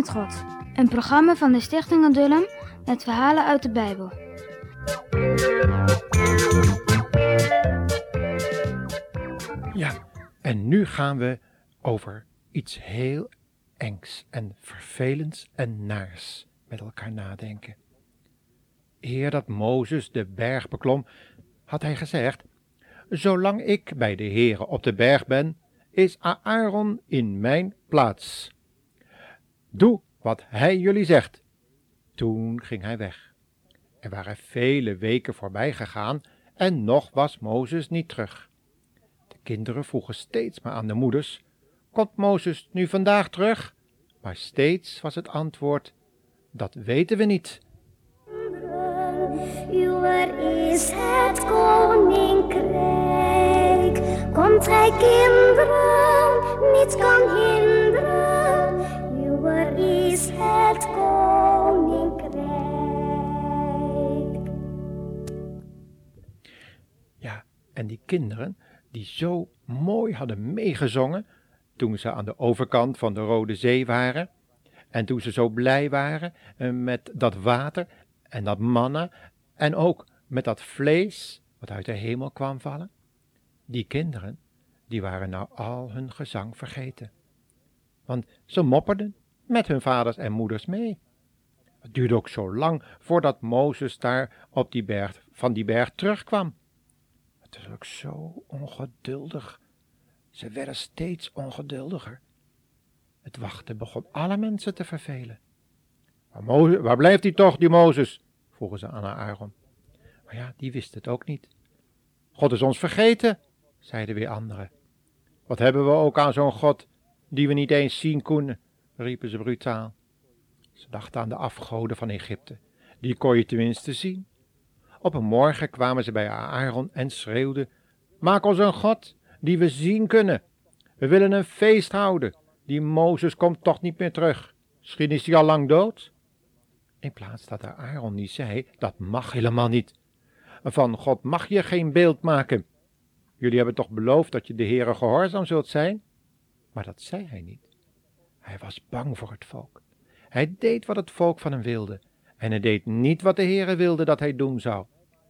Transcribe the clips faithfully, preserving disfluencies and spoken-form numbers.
met God. Een programma van de Stichting Adullam met verhalen uit de Bijbel. Ja, en nu gaan we over iets heel engs en vervelends en naars met elkaar nadenken. Eer dat Mozes de berg beklom, had hij gezegd: zolang ik bij de Heere op de berg ben, is Aaron in mijn plaats. Doe wat hij jullie zegt. Toen ging hij weg. Er waren vele weken voorbij gegaan en nog was Mozes niet terug. De kinderen vroegen steeds maar aan de moeders: komt Mozes nu vandaag terug? Maar steeds was het antwoord: dat weten we niet. Uwer is het koninkrijk, komt gij kinderen, niets kan hinderen. Uwer is het koninkrijk. Ja, en die kinderen die zo mooi hadden meegezongen toen ze aan de overkant van de Rode Zee waren en toen ze zo blij waren met dat water en dat manna en ook met dat vlees wat uit de hemel kwam vallen. Die kinderen, die waren nou al hun gezang vergeten. Want ze mopperden met hun vaders en moeders mee. Het duurde ook zo lang voordat Mozes daar op die berg, van die berg terugkwam. Het was ook zo ongeduldig. Ze werden steeds ongeduldiger. Het wachten begon alle mensen te vervelen. Waar, Mozes, waar blijft hij toch, die Mozes? Vroegen ze aan Aaron. Maar ja, die wist het ook niet. God is ons vergeten, zeiden weer anderen. Wat hebben we ook aan zo'n God die we niet eens zien kunnen, riepen ze brutaal. Ze dachten aan de afgoden van Egypte. Die kon je tenminste zien. Op een morgen kwamen ze bij Aaron en schreeuwden: maak ons een God die we zien kunnen. We willen een feest houden. Die Mozes komt toch niet meer terug. Misschien is hij al lang dood. In plaats dat Aaron niet zei: dat mag helemaal niet. Van God mag je geen beeld maken. Jullie hebben toch beloofd dat je de Heere gehoorzaam zult zijn? Maar dat zei hij niet. Hij was bang voor het volk. Hij deed wat het volk van hem wilde. En hij deed niet wat de Heere wilde dat hij doen zou.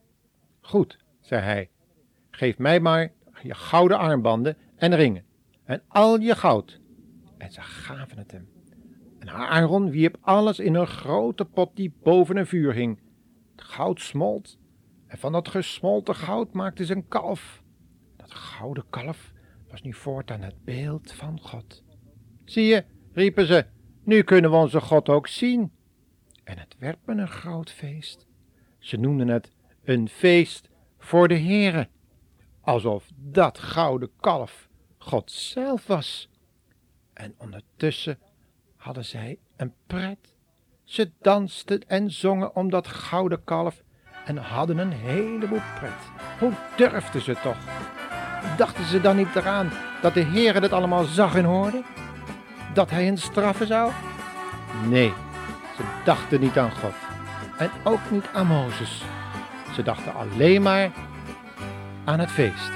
Goed, zei hij, geef mij maar je gouden armbanden en ringen. En al je goud. En ze gaven het hem. En Aaron wierp alles in een grote pot die boven een vuur hing. Het goud smolt. En van dat gesmolten goud maakten ze een kalf. Dat gouden kalf was nu voortaan het beeld van God. Zie je, riepen ze, nu kunnen we onze God ook zien. En het werd me een groot feest. Ze noemden het een feest voor de Heere. Alsof dat gouden kalf God zelf was. En ondertussen hadden zij een pret. Ze dansten en zongen om dat gouden kalf en hadden een heleboel pret. Hoe durfden ze toch? Dachten ze dan niet eraan dat de Heere dit allemaal zag en hoorde? Dat hij hen straffen zou? Nee, ze dachten niet aan God. En ook niet aan Mozes. Ze dachten alleen maar aan het feest.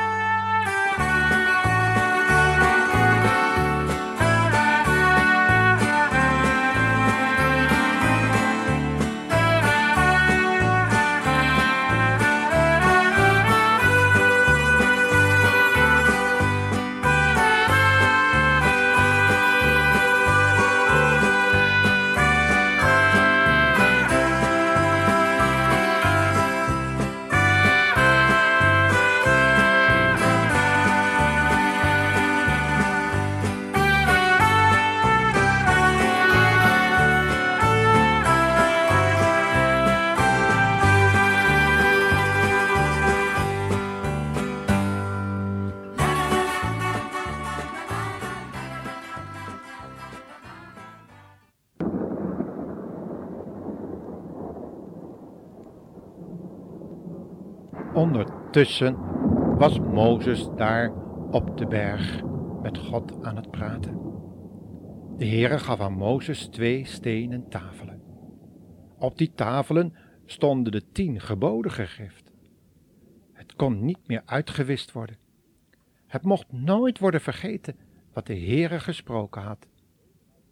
Ondertussen was Mozes daar op de berg met God aan het praten. De Heere gaf aan Mozes twee stenen tafelen. Op die tafelen stonden de tien geboden gegrift. Het kon niet meer uitgewist worden. Het mocht nooit worden vergeten wat de Heere gesproken had.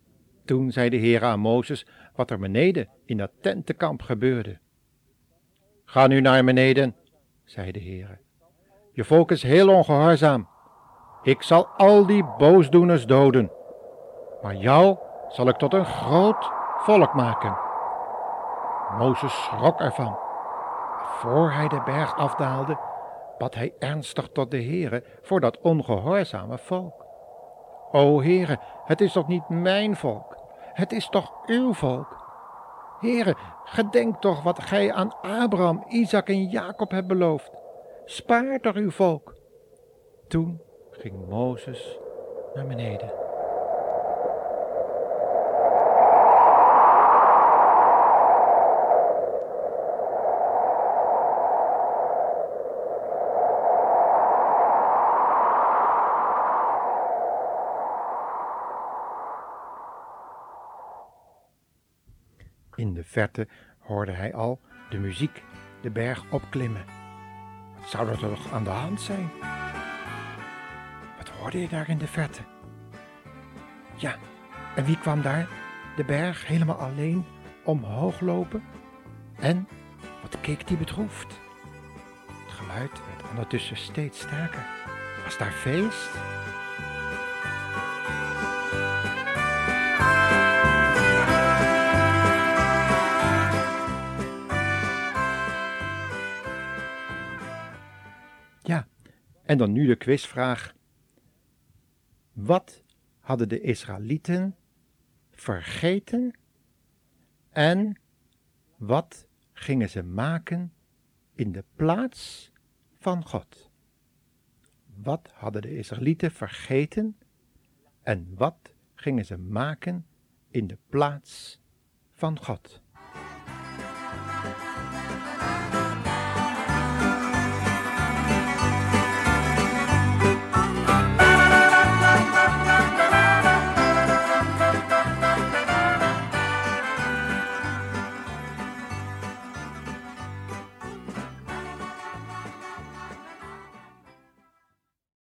Toen zei de Heere aan Mozes wat er beneden in dat tentenkamp gebeurde. Ga nu naar beneden, zei de Heere. Je volk is heel ongehoorzaam. Ik zal al die boosdoeners doden. Maar jou zal ik tot een groot volk maken. Mozes schrok ervan. Voor hij de berg afdaalde, bad hij ernstig tot de Heere voor dat ongehoorzame volk. O Heere, het is toch niet mijn volk, het is toch uw volk. Heere, gedenk toch wat gij aan Abraham, Isaac en Jacob hebt beloofd. Spaar toch uw volk. Toen ging Mozes naar beneden. In de verte hoorde hij al de muziek de berg opklimmen. Wat zou er toch aan de hand zijn? Wat hoorde je daar in de verte? Ja, en wie kwam daar de berg helemaal alleen omhoog lopen? En wat keek die bedroefd? Het geluid werd ondertussen steeds sterker. Was daar feest? Ja, en dan nu de quizvraag. Wat hadden de Israëlieten vergeten en wat gingen ze maken in de plaats van God? Wat hadden de Israëlieten vergeten en wat gingen ze maken in de plaats van God?